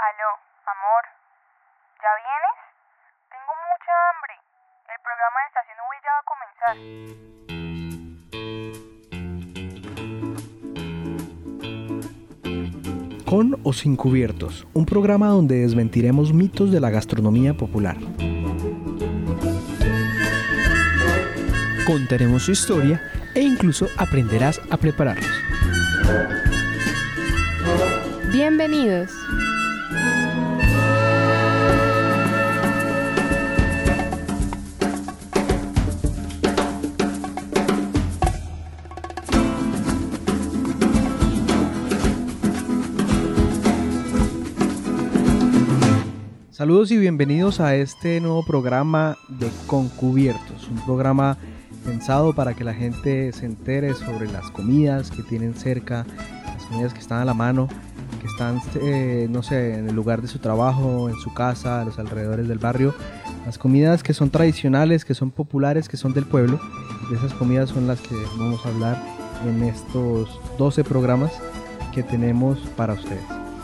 Aló, amor, ¿ya vienes? Tengo mucha hambre. El programa de Estación V ya va a comenzar. Con o sin cubiertos, un programa donde desmentiremos mitos de la gastronomía popular. Contaremos su historia e incluso aprenderás a prepararlos. Bienvenidos. Saludos y bienvenidos a este nuevo programa de Con Cubiertos, un programa pensado para que la gente se entere sobre las comidas que tienen cerca, las comidas que están a la mano, que están, no sé, en el lugar de su trabajo, en su casa, a los alrededores del barrio. Las comidas que son tradicionales, que son populares, que son del pueblo. De esas comidas son las que vamos a hablar en estos 12 programas que tenemos para ustedes.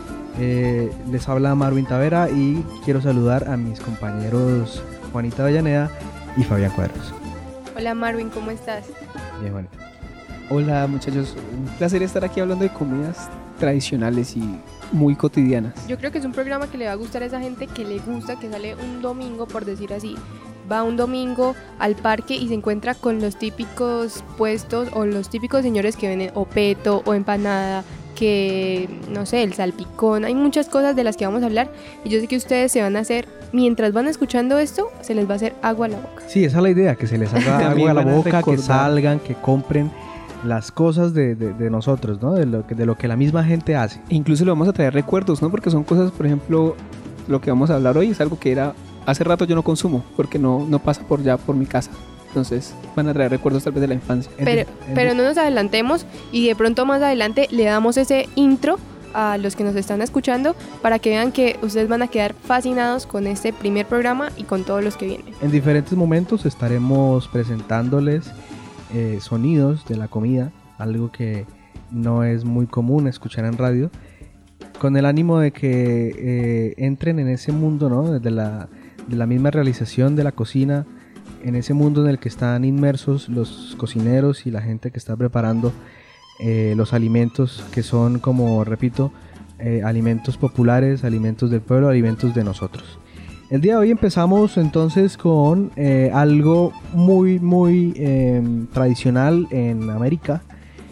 Les habla Marvin Tavera y quiero saludar a mis compañeros Juanita Avellaneda y Fabián Cuadros. Hola Marvin, ¿cómo estás? Bien, Juanita. Hola muchachos, un placer estar aquí hablando de comidas tradicionales y muy cotidianas. Yo creo que es un programa que le va a gustar a esa gente que le gusta, que sale un domingo, por decir así. Va un domingo al parque y se encuentra con los típicos puestos o los típicos señores que venden o peto o empanada, que no sé, el salpicón, hay muchas cosas de las que vamos a hablar y yo sé que ustedes se van a hacer, mientras van escuchando esto, se les va a hacer agua a la boca. Sí, esa es la idea, que se les haga agua a la boca, que salgan, que compren las cosas de nosotros, ¿no? De lo que la misma gente hace. Incluso le vamos a traer recuerdos, ¿no? Porque son cosas, por ejemplo, lo que vamos a hablar hoy es algo que era hace rato yo no consumo, porque no pasa por mi casa. Entonces van a traer recuerdos tal vez de la infancia. Pero no nos adelantemos y de pronto más adelante le damos ese intro a los que nos están escuchando para que vean que ustedes van a quedar fascinados con este primer programa y con todos los que vienen. En diferentes momentos estaremos presentándoles sonidos de la comida, algo que no es muy común escuchar en radio, con el ánimo de que entren en ese mundo, ¿no? de la misma realización de la cocina, en ese mundo en el que están inmersos los cocineros y la gente que está preparando los alimentos que son, como repito, alimentos populares, alimentos del pueblo, alimentos de nosotros. El día de hoy empezamos entonces con algo muy tradicional en América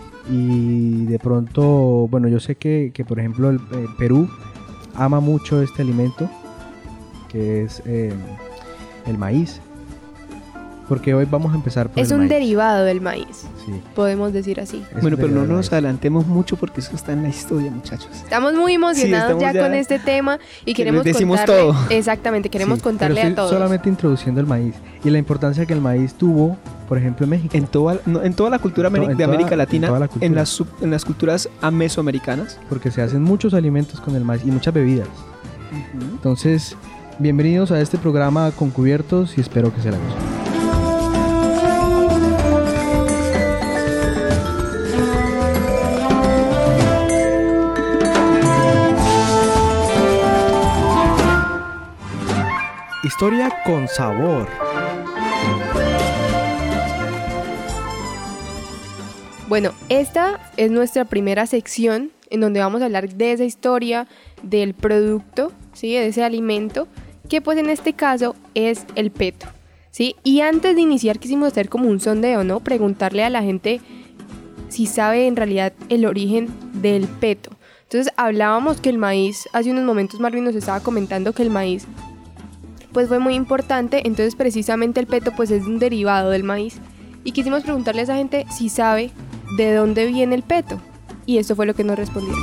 y de pronto, bueno, yo sé que por ejemplo el Perú ama mucho este alimento que es el maíz. Porque hoy vamos a empezar por el maíz. Es un derivado del maíz, sí. Podemos decir así. Bueno, pero no nos adelantemos mucho porque eso está en la historia, muchachos. Estamos muy emocionados ya con este tema y queremos decimos contarle todo. Exactamente, queremos contarle a todos. Solamente introduciendo el maíz y la importancia que el maíz tuvo, por ejemplo, en México. En toda la cultura de América Latina, en las culturas mesoamericanas. Porque se hacen muchos alimentos con el maíz y muchas bebidas. Uh-huh. Entonces, bienvenidos a este programa Con Cubiertos y espero que se la guste. Historia con sabor. Bueno, esta es nuestra primera sección en donde vamos a hablar de esa historia del producto, ¿sí? De ese alimento, que pues en este caso es el peto, ¿sí? Y antes de iniciar quisimos hacer como un sondeo, ¿no? Preguntarle a la gente si sabe en realidad el origen del peto. Entonces hablábamos que el maíz, hace unos momentos Marvin nos estaba comentando que el maíz pues fue muy importante, entonces precisamente el peto pues es un derivado del maíz y quisimos preguntarle a esa gente si sabe de dónde viene el peto y esto fue lo que nos respondieron.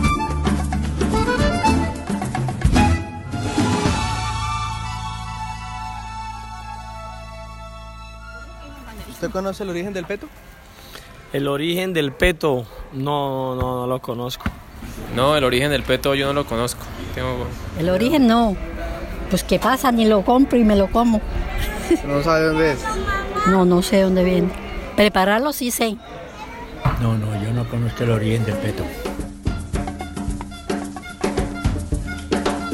¿Usted conoce el origen del peto? El origen del peto no lo conozco. No, el origen del peto yo no lo conozco. El origen no. Pues qué pasa, ni lo compro y me lo como. ¿No sabe dónde es? No sé dónde viene. Prepararlo sí sé. No, yo no conozco el origen del peto.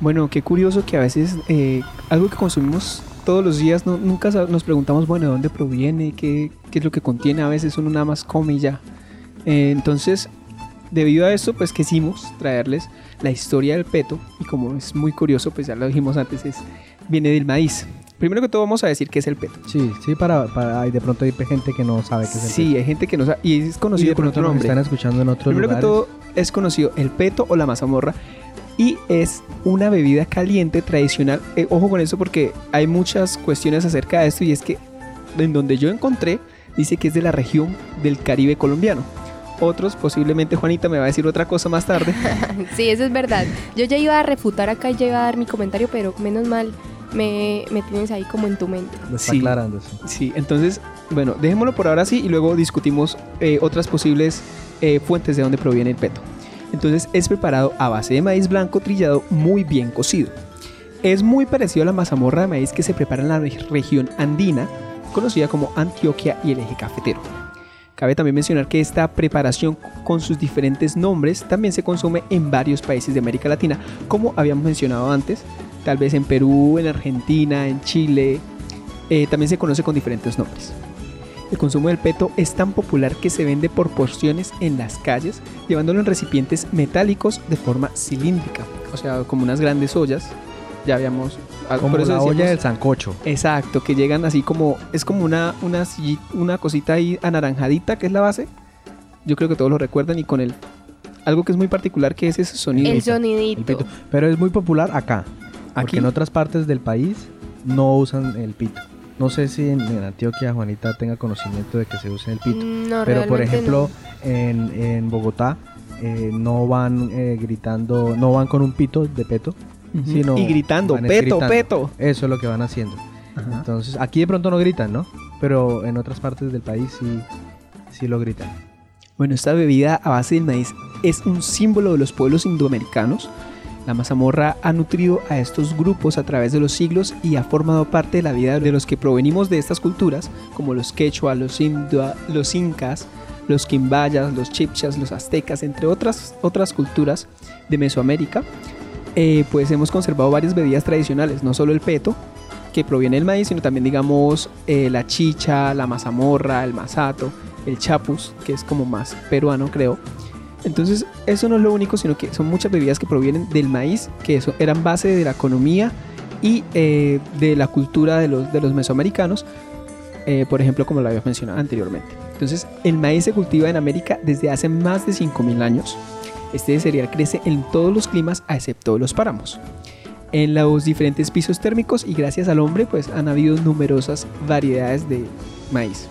Bueno, qué curioso que a veces algo que consumimos todos los días nunca nos preguntamos, bueno, ¿de dónde proviene? ¿Qué es lo que contiene? A veces uno nada más come y ya. Entonces, debido a esto, pues quisimos traerles la historia del peto, y como es muy curioso, pues ya lo dijimos antes, viene del maíz. Primero que todo vamos a decir qué es el peto. Sí, para de pronto hay gente que no sabe qué es el peto. Sí, hay gente que no sabe, y es conocido con otro nombre. Están escuchando en otros Primero lugares. que todo es conocido el peto o la mazamorra, y es una bebida caliente tradicional. Ojo con eso porque hay muchas cuestiones acerca de esto, y es que en donde yo encontré dice que es de la región del Caribe colombiano. Otros, posiblemente Juanita me va a decir otra cosa más tarde. Sí, eso es verdad. Yo ya iba a refutar acá y ya iba a dar mi comentario, pero menos mal me tienes ahí como en tu mente. Lo está aclarando. Sí, entonces, bueno, dejémoslo por ahora sí y luego discutimos otras posibles fuentes de donde proviene el peto. Entonces es preparado a base de maíz blanco trillado muy bien cocido. Es muy parecido a la mazamorra de maíz que se prepara en la región andina, conocida como Antioquia y el eje cafetero. Cabe también mencionar que esta preparación con sus diferentes nombres también se consume en varios países de América Latina, como habíamos mencionado antes, tal vez en Perú, en Argentina, en Chile, también se conoce con diferentes nombres. El consumo del peto es tan popular que se vende por porciones en las calles, llevándolo en recipientes metálicos de forma cilíndrica, o sea, como unas grandes ollas. Ya habíamos... Como por eso la decíamos, olla del sancocho. Exacto, que llegan así como... Es como una cosita ahí anaranjadita que es la base. Yo creo que todos lo recuerdan, y con algo que es muy particular, que es ese sonido. El sonidito. El pito. Pero es muy popular acá. Porque Aquí en otras partes del país no usan el pito. No sé si en Antioquia Juanita tenga conocimiento de que se use el pito. No, pero por ejemplo, no. en Bogotá no van gritando, no van con un pito de peto. Sino y gritando, van peto, peto. Eso es lo que van haciendo. Ajá. Entonces, aquí de pronto no gritan, ¿no? Pero en otras partes del país sí lo gritan. Bueno, esta bebida a base de maíz es un símbolo de los pueblos indoamericanos. La mazamorra ha nutrido a estos grupos a través de los siglos y ha formado parte de la vida de los que provenimos de estas culturas, como los quechua, los incas, los quimbayas, los chipchas, los aztecas, entre otras culturas de Mesoamérica. Pues hemos conservado varias bebidas tradicionales, no solo el peto, que proviene del maíz, sino también, digamos, la chicha, la mazamorra, el masato, el chapus, que es como más peruano, creo. Entonces, eso no es lo único, sino que son muchas bebidas que provienen del maíz, que eso eran base de la economía y de la cultura de los mesoamericanos, por ejemplo, como lo había mencionado anteriormente. Entonces, el maíz se cultiva en América desde hace más de 5.000 años. Este cereal crece en todos los climas a excepto de los páramos. En los diferentes pisos térmicos, y gracias al hombre, pues han habido numerosas variedades de maíz.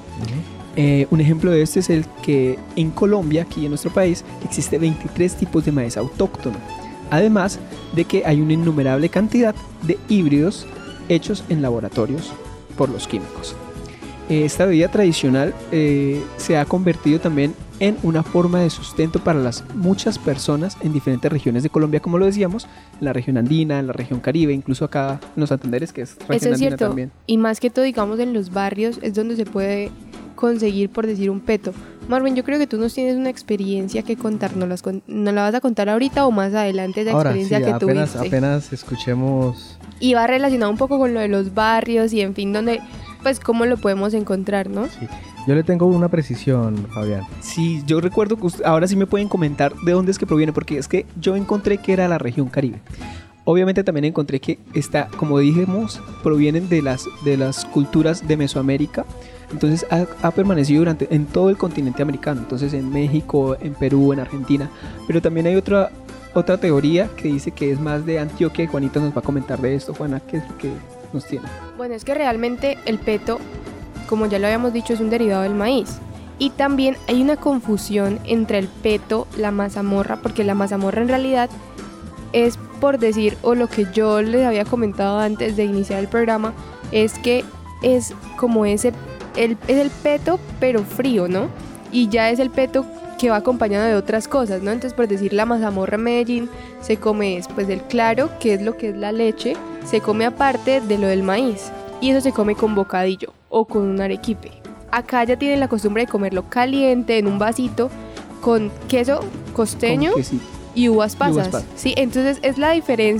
Un ejemplo de este es el que en Colombia, aquí en nuestro país, existe 23 tipos de maíz autóctono. Además de que hay una innumerable cantidad de híbridos hechos en laboratorios por los químicos. Esta bebida tradicional se ha convertido también en una forma de sustento para las muchas personas en diferentes regiones de Colombia, como lo decíamos, en la región andina, en la región Caribe, incluso acá en los Santanderes, que es región Eso es andina cierto. también. Y más que todo, digamos, en los barrios es donde se puede conseguir, por decir, un peto. Marvin, yo creo que tú nos tienes una experiencia que contar. ¿Nos la vas a contar ahorita o más adelante esa Ahora, experiencia sí, que tuviste? apenas escuchemos. Y va relacionado un poco con lo de los barrios y en fin, donde, pues, cómo lo podemos encontrar, ¿no? Sí. Yo le tengo una precisión, Fabián. Sí, yo recuerdo que ahora sí me pueden comentar de dónde es que proviene, porque es que yo encontré que era la región Caribe. Obviamente también encontré que como dijimos, provienen de las culturas de Mesoamérica. Entonces ha permanecido en todo el continente americano. Entonces en México, en Perú, en Argentina. Pero también hay otra teoría que dice que es más de Antioquia, y Juanita nos va a comentar de esto. Juana, ¿qué es lo que nos tiene? Bueno, es que realmente el peto, como ya lo habíamos dicho, es un derivado del maíz. Y también hay una confusión entre el peto, la mazamorra, porque la mazamorra en realidad es, por decir, o lo que yo les había comentado antes de iniciar el programa, es que es como es el peto pero frío, ¿no? Y ya es el peto que va acompañado de otras cosas, ¿no? Entonces, por decir, la mazamorra en Medellín se come después del claro, que es lo que es la leche, se come aparte de lo del maíz, y eso se come con bocadillo o con un arequipe. Acá ya tienen la costumbre de comerlo caliente en un vasito con queso costeño y uvas pasas. Sí, entonces es la diferencia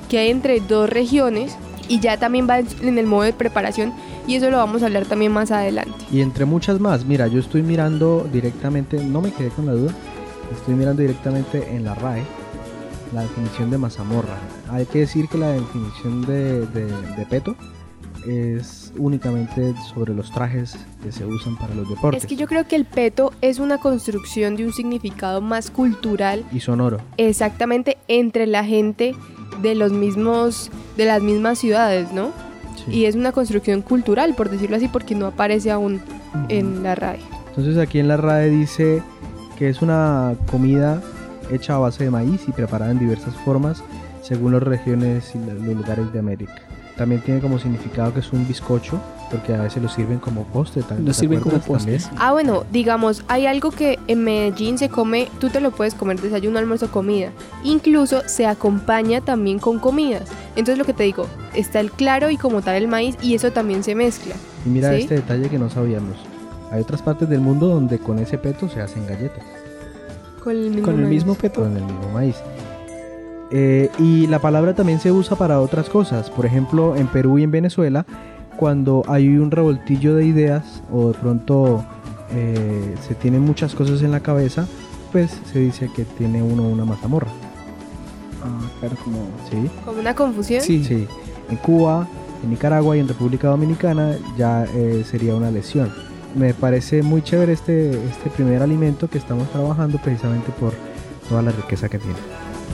que hay entre dos regiones y ya también va en el modo de preparación y eso lo vamos a hablar también más adelante. Y entre muchas más, mira, yo estoy mirando directamente, no me quedé con la duda, estoy mirando directamente en la RAE la definición de mazamorra. Hay que decir que la definición de peto es únicamente sobre los trajes que se usan para los deportes. Es que yo creo que el peto es una construcción de un significado más cultural y sonoro. Exactamente, entre la gente de las mismas ciudades, ¿no? Sí. Y es una construcción cultural, por decirlo así, porque no aparece aún en la RAE. Entonces aquí en la RAE dice que es una comida hecha a base de maíz y preparada en diversas formas según las regiones y los lugares de América. También tiene como significado que es un bizcocho, porque a veces lo sirven como postre. Lo sirven como postre. Bueno, digamos, hay algo que en Medellín se come, tú te lo puedes comer desayuno, almuerzo, comida. Incluso se acompaña también con comidas. Entonces lo que te digo, está el claro y como tal el maíz y eso también se mezcla. Y mira, ¿sí? Este detalle que no sabíamos. Hay otras partes del mundo donde con ese peto se hacen galletas. Con el mismo peto. Con el mismo maíz. Y la palabra también se usa para otras cosas. Por ejemplo, en Perú y en Venezuela, cuando hay un revoltillo de ideas o de pronto se tienen muchas cosas en la cabeza, pues se dice que tiene uno una mazamorra. Claro, como... ¿Sí? ¿Como una confusión? Sí. En Cuba, en Nicaragua y en República Dominicana ya sería una lesión. Me parece muy chévere este primer alimento que estamos trabajando precisamente por toda la riqueza que tiene.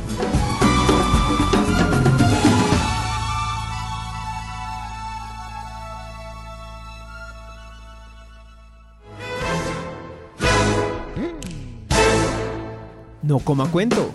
No coma cuento.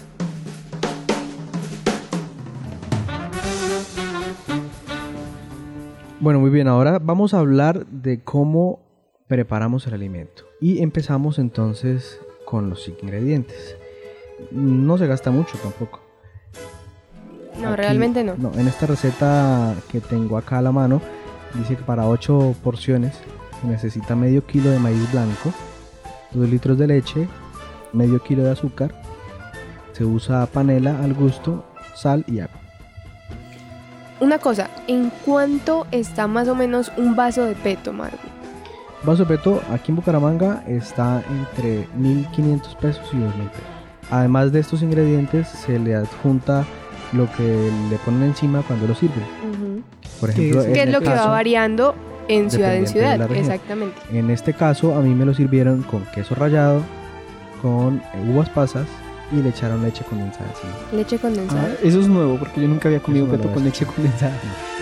Bueno, muy bien, ahora vamos a hablar de cómo preparamos el alimento. Y empezamos entonces con los ingredientes. No se gasta mucho tampoco. No, Aquí, realmente no. No, en esta receta que tengo acá a la mano, dice que para 8 porciones se necesita medio kilo de maíz blanco, 2 litros de leche, medio kilo de azúcar, se usa panela al gusto, sal y agua. Una cosa, ¿en cuánto está más o menos un vaso de peto, Margo? Vaso de peto aquí en Bucaramanga está entre 1.500 pesos y 2.000 pesos. Además de estos ingredientes se le adjunta lo que le ponen encima cuando lo sirven. Por ejemplo, ¿Qué es lo que va variando en ciudad en ciudad? De la región. Exactamente. En este caso a mí me lo sirvieron con queso rallado, con uvas pasas y le echaron leche condensada encima. Leche condensada. Eso es nuevo porque yo nunca había comido peto con leche condensada.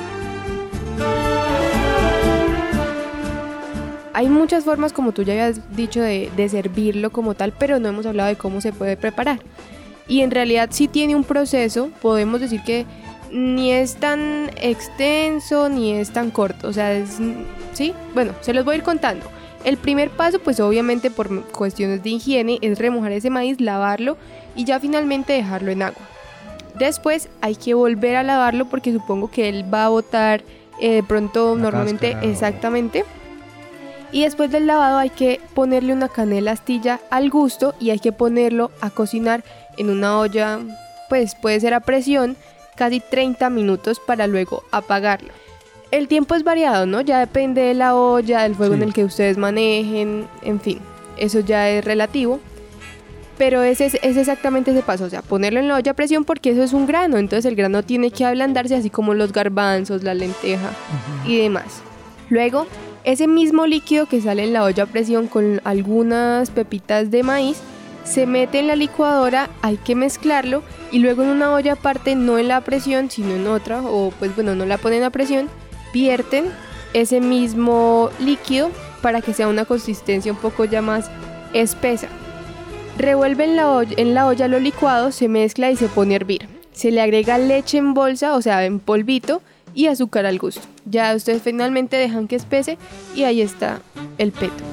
Hay muchas formas, como tú ya habías dicho, de servirlo como tal, pero no hemos hablado de cómo se puede preparar. Y en realidad sí tiene un proceso, podemos decir que ni es tan extenso ni es tan corto. O sea, ¿sí? Bueno, se los voy a ir contando. El primer paso, pues obviamente por cuestiones de higiene, es remojar ese maíz, lavarlo y ya finalmente dejarlo en agua. Después hay que volver a lavarlo porque supongo que él va a botar de pronto la normalmente, cáscara, exactamente. Y después del lavado hay que ponerle una canela astilla al gusto y hay que ponerlo a cocinar en una olla, pues puede ser a presión, casi 30 minutos para luego apagarlo. El tiempo es variado, ¿no? Ya depende de la olla, del fuego en el que ustedes manejen, en fin, eso ya es relativo. Pero es exactamente ese paso, o sea, ponerlo en la olla a presión porque eso es un grano, entonces el grano tiene que ablandarse así como los garbanzos, la lenteja y demás. Luego, ese mismo líquido que sale en la olla a presión con algunas pepitas de maíz, se mete en la licuadora, hay que mezclarlo y luego en una olla aparte, no en la presión, sino en otra, o pues bueno, no la ponen a presión, vierten ese mismo líquido para que sea una consistencia un poco ya más espesa. Revuelven en la olla lo licuado, se mezcla y se pone a hervir. Se le agrega leche en bolsa, o sea, en polvito, y azúcar al gusto. Ya ustedes finalmente dejan que espese y ahí está el peto.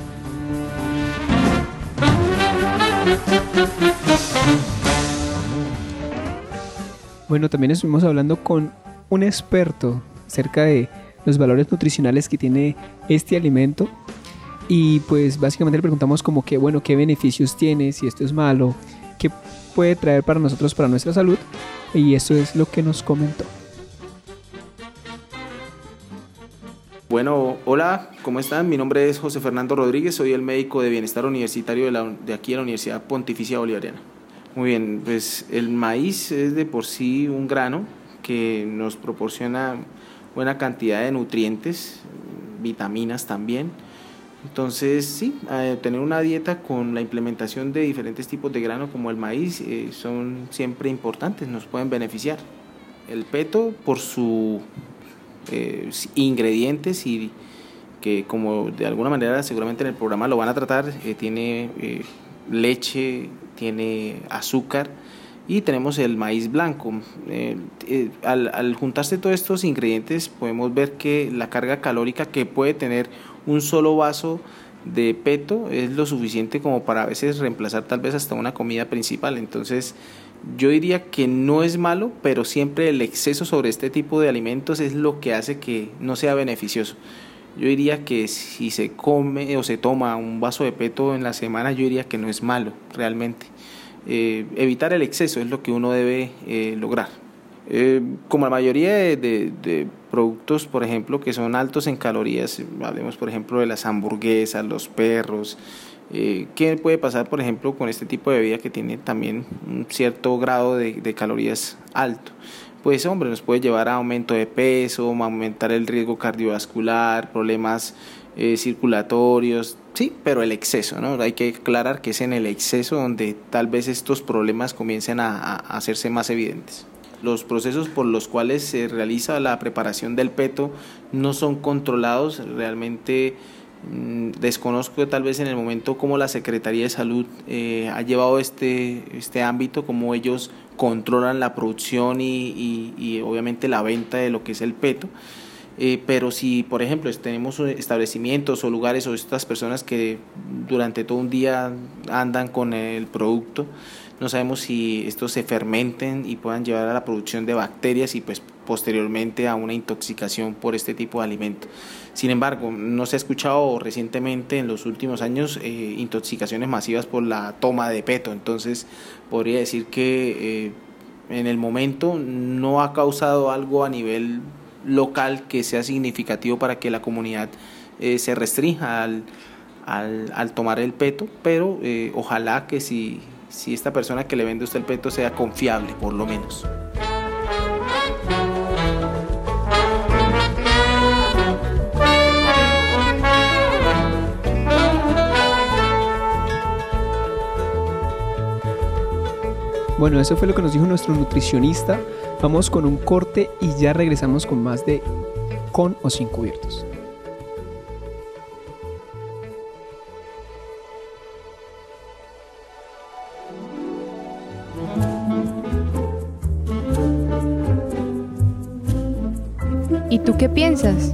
Bueno, también estuvimos hablando con un experto acerca de los valores nutricionales que tiene este alimento y pues básicamente le preguntamos como que, bueno, qué beneficios tiene, si esto es malo, qué puede traer para nosotros, para nuestra salud y eso es lo que nos comentó. Bueno, hola, ¿cómo están? Mi nombre es José Fernando Rodríguez, soy el médico de bienestar universitario de aquí de la Universidad Pontificia Bolivariana. Muy bien, pues el maíz es de por sí un grano que nos proporciona buena cantidad de nutrientes, vitaminas también. Entonces, sí, tener una dieta con la implementación de diferentes tipos de grano como el maíz son siempre importantes, nos pueden beneficiar. El peto, por su ingredientes y que como de alguna manera seguramente en el programa lo van a tratar, tiene leche, tiene azúcar y tenemos el maíz blanco. Al juntarse todos estos ingredientes podemos ver que la carga calórica que puede tener un solo vaso de peto es lo suficiente como para a veces reemplazar tal vez hasta una comida principal. Entonces yo diría que no es malo, pero siempre el exceso sobre este tipo de alimentos es lo que hace que no sea beneficioso. Yo diría que si se come o se toma un vaso de peto en la semana, yo diría que no es malo realmente. Evitar el exceso es lo que uno debe lograr. Como la mayoría de productos, por ejemplo, que son altos en calorías, hablemos por ejemplo de las hamburguesas, los perros, ¿qué puede pasar por ejemplo con este tipo de bebida que tiene también un cierto grado de calorías alto? Pues hombre, nos puede llevar a aumento de peso, aumentar el riesgo cardiovascular, problemas circulatorios, sí, pero el exceso, ¿no? Hay que aclarar que es en el exceso donde tal vez estos problemas comiencen a hacerse más evidentes. Los procesos por los cuales se realiza la preparación del peto no son controlados, realmente desconozco tal vez en el momento cómo la Secretaría de Salud ha llevado este ámbito, cómo ellos controlan la producción y obviamente la venta de lo que es el peto. Pero si por ejemplo tenemos establecimientos o lugares o estas personas que durante todo un día andan con el producto, no sabemos si estos se fermenten y puedan llevar a la producción de bacterias y pues posteriormente a una intoxicación por este tipo de alimento. Sin embargo, no se ha escuchado recientemente en los últimos años intoxicaciones masivas por la toma de peto, entonces podría decir que en el momento no ha causado algo a nivel local que sea significativo para que la comunidad se restrinja al tomar el peto, pero ojalá que si esta persona que le vende a usted el peto sea confiable por lo menos. Bueno, eso fue lo que nos dijo nuestro nutricionista. Vamos con un corte y ya regresamos con más de Con o Sin Cubiertos. ¿Y tú qué piensas?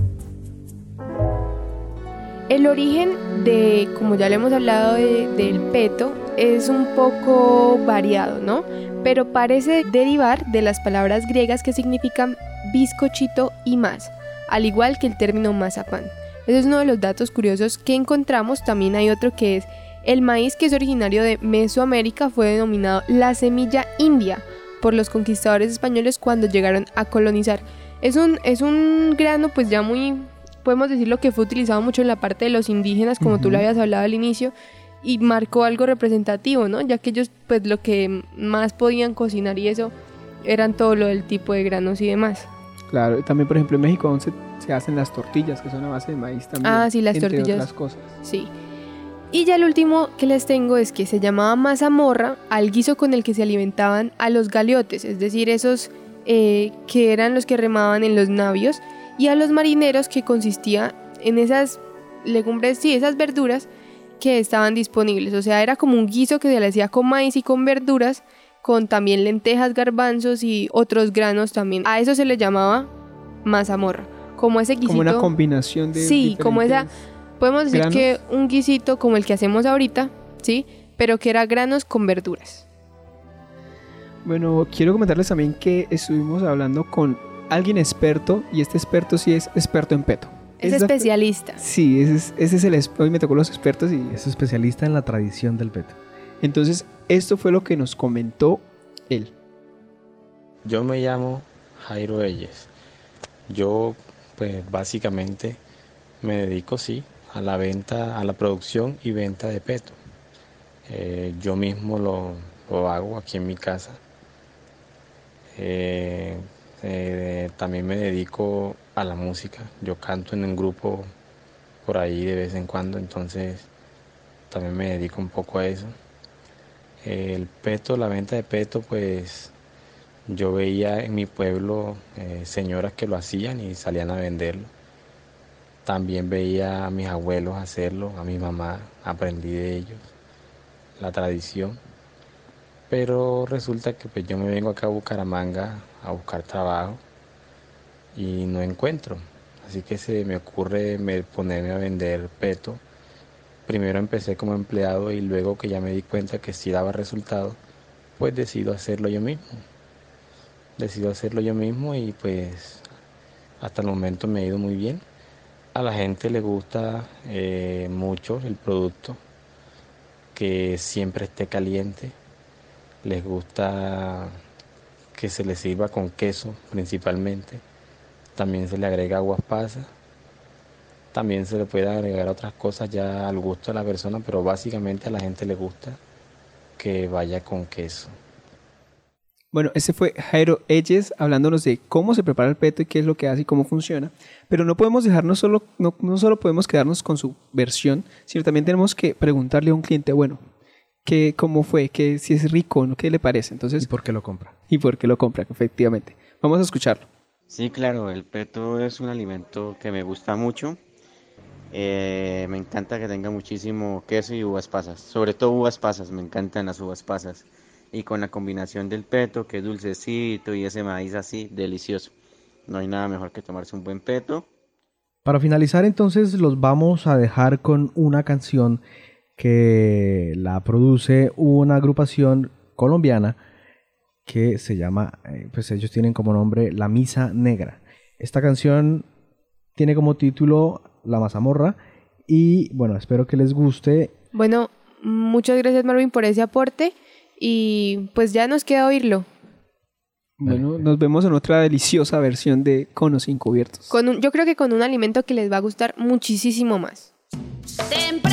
El origen de, como ya le hemos hablado del peto, es un poco variado, ¿no? Pero parece derivar de las palabras griegas que significan bizcochito y más, al igual que el término mazapán. Ese es uno de los datos curiosos que encontramos. También hay otro que es el maíz, que es originario de Mesoamérica, fue denominado la semilla india por los conquistadores españoles cuando llegaron a colonizar. Es un grano pues ya muy, podemos decirlo, que fue utilizado mucho en la parte de los indígenas, como tú lo habías hablado al inicio, y marcó algo representativo, ¿no? Ya que ellos pues lo que más podían cocinar y eso eran todo lo del tipo de granos y demás. Claro, y también por ejemplo en México donde se hacen las tortillas, que son a base de maíz también. Ah, sí, las entre tortillas. Otras cosas. Sí. Y ya el último que les tengo es que se llamaba mazamorra al guiso con el que se alimentaban a los galeotes, es decir, esos que eran los que remaban en los navios, y a los marineros, que consistía en esas legumbres, sí, esas verduras que estaban disponibles. O sea, era como un guiso que se le hacía con maíz y con verduras, con también lentejas, garbanzos y otros granos también. A eso se le llamaba mazamorra, como ese guisito. Como una combinación de sí, como esa, podemos decir granos. que un guisito como el que hacemos ahorita, sí, pero que era granos con verduras. Bueno, quiero comentarles también que estuvimos hablando con alguien experto, y este experto sí es experto en peto. Es especialista. Sí, ese es el hoy me tocó los expertos y Es especialista en la tradición del peto. entonces esto fue lo que nos comentó él. Yo me llamo Jairo Eyes. Yo, pues básicamente me dedico, sí, a la venta, a la producción y venta de peto. Yo mismo lo hago aquí en mi casa. También me dedico a la música. Yo canto en un grupo por ahí de vez en cuando, entonces también me dedico un poco a eso. El peto, la venta de peto, pues yo veía en mi pueblo señoras que lo hacían y salían a venderlo. También veía a mis abuelos hacerlo, a mi mamá, aprendí de ellos la tradición. Pero resulta que pues yo me vengo acá a Bucaramanga a buscar trabajo y no encuentro. Así que se me ocurre ponerme a vender peto. Primero empecé como empleado y luego que ya me di cuenta que sí daba resultado, pues decido hacerlo yo mismo. Y pues hasta el momento me ha ido muy bien. A la gente le gusta mucho el producto, que siempre esté caliente. Les gusta que se les sirva con queso principalmente. También se le agrega aguas pasas. También se le puede agregar otras cosas ya al gusto de la persona, pero básicamente a la gente le gusta que vaya con queso. Bueno, ese fue Jairo Eyes hablándonos de cómo se prepara el peto y qué es lo que hace y cómo funciona. Pero no podemos dejarnos no solo podemos quedarnos con su versión, sino también tenemos que preguntarle a un cliente, bueno, cómo fue, si es rico, ¿no? ¿Qué le parece? Entonces, ¿Y por qué lo compra? Efectivamente. Vamos a escucharlo. Sí, claro, el peto es un alimento que me gusta mucho. Me encanta que tenga muchísimo queso y uvas pasas, sobre todo uvas pasas, me encantan las uvas pasas. Y con la combinación del peto, que es dulcecito, y ese maíz así, delicioso. No hay nada mejor que tomarse un buen peto. Para finalizar, entonces, los vamos a dejar con una canción que la produce una agrupación colombiana que se llama, pues ellos tienen como nombre La Misa Negra. Esta canción tiene como título La Mazamorra y bueno, espero que les guste. Bueno, muchas gracias Marvin por ese aporte y pues ya nos queda oírlo. Bueno, nos vemos en otra deliciosa versión de Conos Encubiertos. Yo creo que con un alimento que les va a gustar muchísimo más. Temprano